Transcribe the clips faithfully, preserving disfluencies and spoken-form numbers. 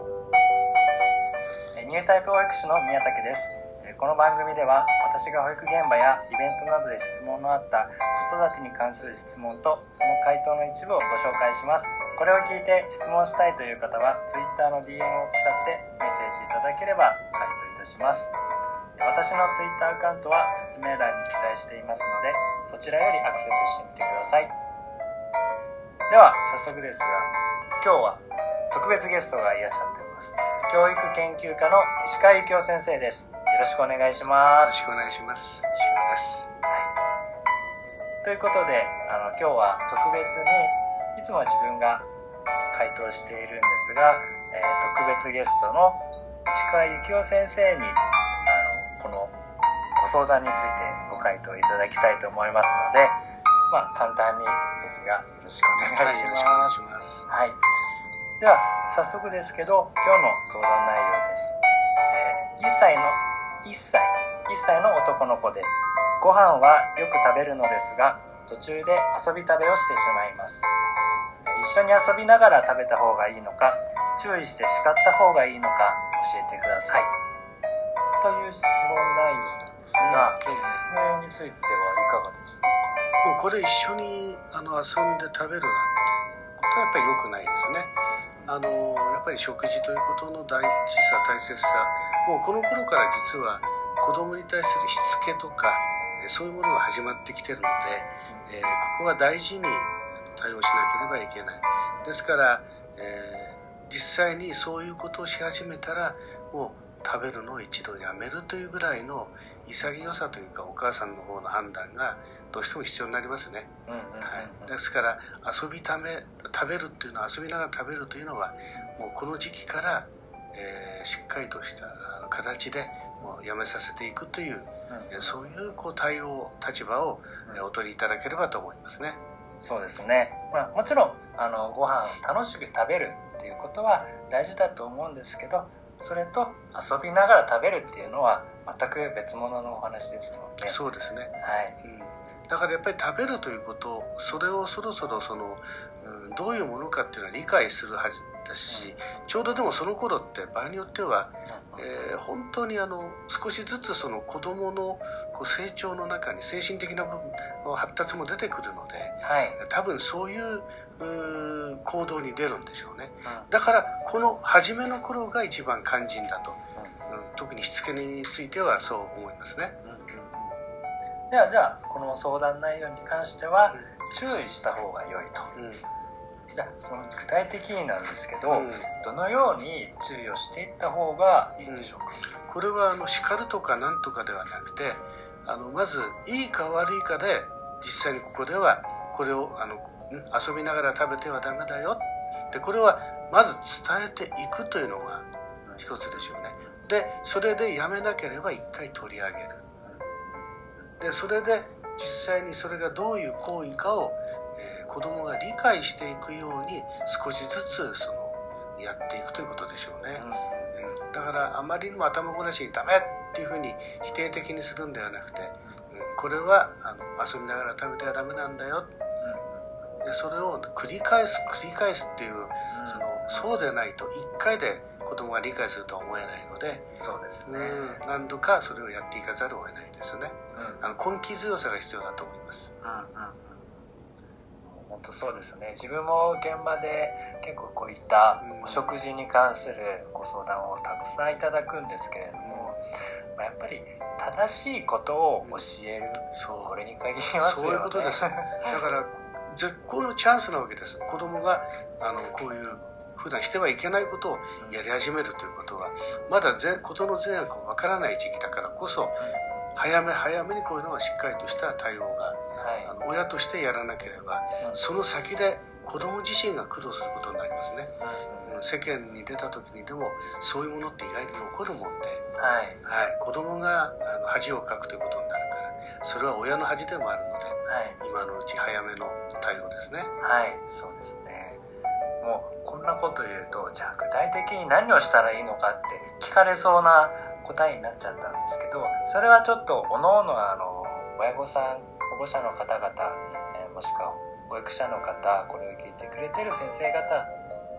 ニュータイプ保育士の宮武です。この番組では私が保育現場やイベントなどで質問のあった子育てに関する質問とその回答の一部をご紹介します。これを聞いて質問したいという方は Twitter の ディーエム を使ってメッセージいただければ回答いたします。私の Twitter アカウントは説明欄に記載していますので、そちらよりアクセスしてみてください。では早速ですが、今日は特別ゲストがいらっしゃっています。教育研究家の石川幸夫先生です。よろしくお願いします。 よろしくお願いします。石川です。 はい、ということであの今日は特別にいつもは自分が回答しているんですが、えー、特別ゲストの石川幸夫先生にあのこのご相談についてご回答いただきたいと思いますので、まあ、簡単にですがよろしくお願いします。はい、よろしくお願いします。はい、では早速ですけど今日の相談内容です。えー、いっさいのいっさいいっさいの男の子です。ご飯はよく食べるのですが途中で遊び食べをしてしまいます。一緒に遊びながら食べた方がいいのか注意して叱った方がいいのか教えてくださいという質問内容ですが、これについてはいかがですか？ もうこれ一緒にあの遊んで食べるなんてことはやっぱり良くないですね。あのやっぱり食事ということの大事さ大切さ、もうこの頃から実は子供に対するしつけとかそういうものが始まってきてるので、えー、ここは大事に対応しなければいけない。ですから、えー、実際にそういうことをし始めたらもう食べるのを一度やめるというぐらいの潔さというかお母さんの方の判断がどうしても必要になりますね。ですから遊びため食べるっていうのは遊びながら食べるというのはもうこの時期から、えー、しっかりとした形でもうやめさせていくという、うん、そういうこう対応立場をお取りいただければと思いますね。 そうですね、まあ、もちろんあのご飯を楽しく食べるっていうことは大事だと思うんですけど、それと遊びながら食べるっていうのは全く別物のお話ですので。 そうですね、 はい、 うん、だからやっぱり食べるということそれをそろそろその、うん、どういうものかっていうのは理解するはずだし、うん、ちょうどでもその頃って場合によっては、うんえー、本当にあの少しずつその子どものこう成長の中に精神的な部分の発達も出てくるので、はい、多分そういうう行動に出るんでしょうね、うん、だからこの初めの頃が一番肝心だと、うんうん、特にしつけについてはそう思いますね、うんうん、 ではじゃあこの相談内容に関しては、うん、注意した方が良いと、うん、じゃあその具体的になんですけど、うん、どのように注意をしていった方がいいんでしょうか？ うん、これはあの叱るとかなんとかではなくて、あのまずいいか悪いかで実際にここではこれをあの遊びながら食べてはダメだよで、これはまず伝えていくというのが一つでしょうね。でそれでやめなければ一回取り上げる。でそれで実際にそれがどういう行為かを、えー、子どもが理解していくように少しずつそのやっていくということでしょうね、うん、だからあまりにも頭ごなしにダメっていうふうに否定的にするんではなくて、うん、これはあの遊びながら食べてはダメなんだよ、でそれを繰り返す繰り返すっていう、うん、そのそうでないといっかいで子供が理解するとは思えないので、 そうですね、 うん、何度かそれをやっていかざるを得ないですね、うん、あの根気強さが必要だと思います、うんうん、 本当そうですね。自分も現場で結構こういったお食事に関するご相談をたくさんいただくんですけれども、うん、やっぱり正しいことを教える、うん、これに限りますよね。 そういうことです。だから絶好のチャンスなわけです。子供があのこういう普段してはいけないことをやり始めるということは、まだ事の善悪がわからない時期だからこそ、早め早めにこういうのはしっかりとした対応が、はい、あの親としてやらなければ、うん、その先で子供自身が苦労することになりますね、うん、世間に出た時にでもそういうものって意外と残るもんで、はいはい、子供があの恥をかくということになるからそれは親の恥でもあるので、はい、今のうち早めの対応ですね。 はい、そうですね。もうこんなこと言うとじゃあ具体的に何をしたらいいのかって聞かれそうな答えになっちゃったんですけど、それはちょっとおのおのあの親御さん保護者の方々、えー、もしくは保育者の方、これを聞いてくれてる先生方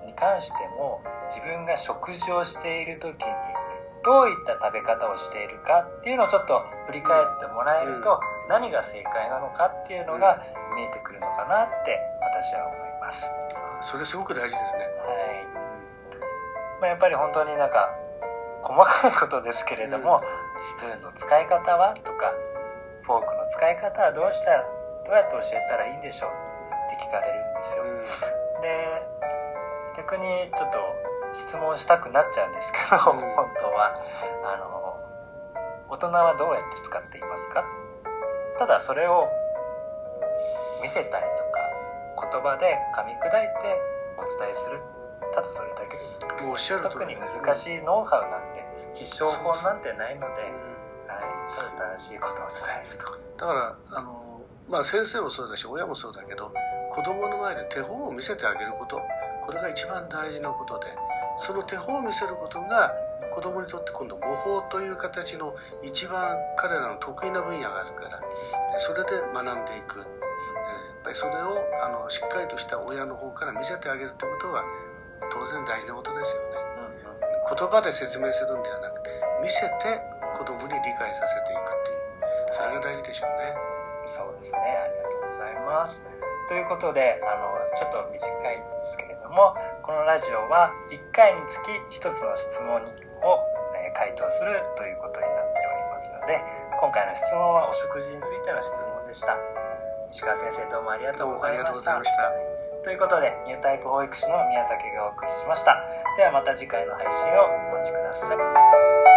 に関しても自分が食事をしている時にどういった食べ方をしているかっていうのをちょっと振り返ってもらえると、うん、何が正解なのかっていうのが見えてくるのかなって私は思います。 あ、それすごく大事ですね。はい。 まあ、やっぱり本当になんか細かいことですけれども、うん、スプーンの使い方はとかフォークの使い方はどうしたらどうやって教えたらいいんでしょうって聞かれるんですよ。うん、で逆にちょっと質問したくなっちゃうんですけど、うん、本当はあの大人はどうやって使っていますか？ただそれを見せたりとか言葉で噛み砕いてお伝えする、ただそれだけです。 もうおっしゃる通りです。 特に難しいノウハウなんて必勝法なんてないので、はい、ただ正しいことを伝えると。 だからあの、まあ、先生もそうだし親もそうだけど、子供の前で手本を見せてあげること、これが一番大事なことで、その手本を見せることが子供にとって今度模倣という形の一番彼らの得意な分野があるから、それで学んでいく。やっぱりそれをあのしっかりとした親の方から見せてあげるということは当然大事なことですよね。うんうん、言葉で説明するんではなくて、見せて子供に理解させていくっていう、それが大事でしょうね。 そうですね。ありがとうございます。ということで、あのちょっと短いんですけれども、このラジオはいっかいにつきひとつの質問を、えー、回答するということになっておりますので、今回の質問はお食事についての質問でした。石川先生、どうもありがとうございました。ということで、ニュータイプ保育士の宮武がお送りしました。ではまた次回の配信をお待ちください。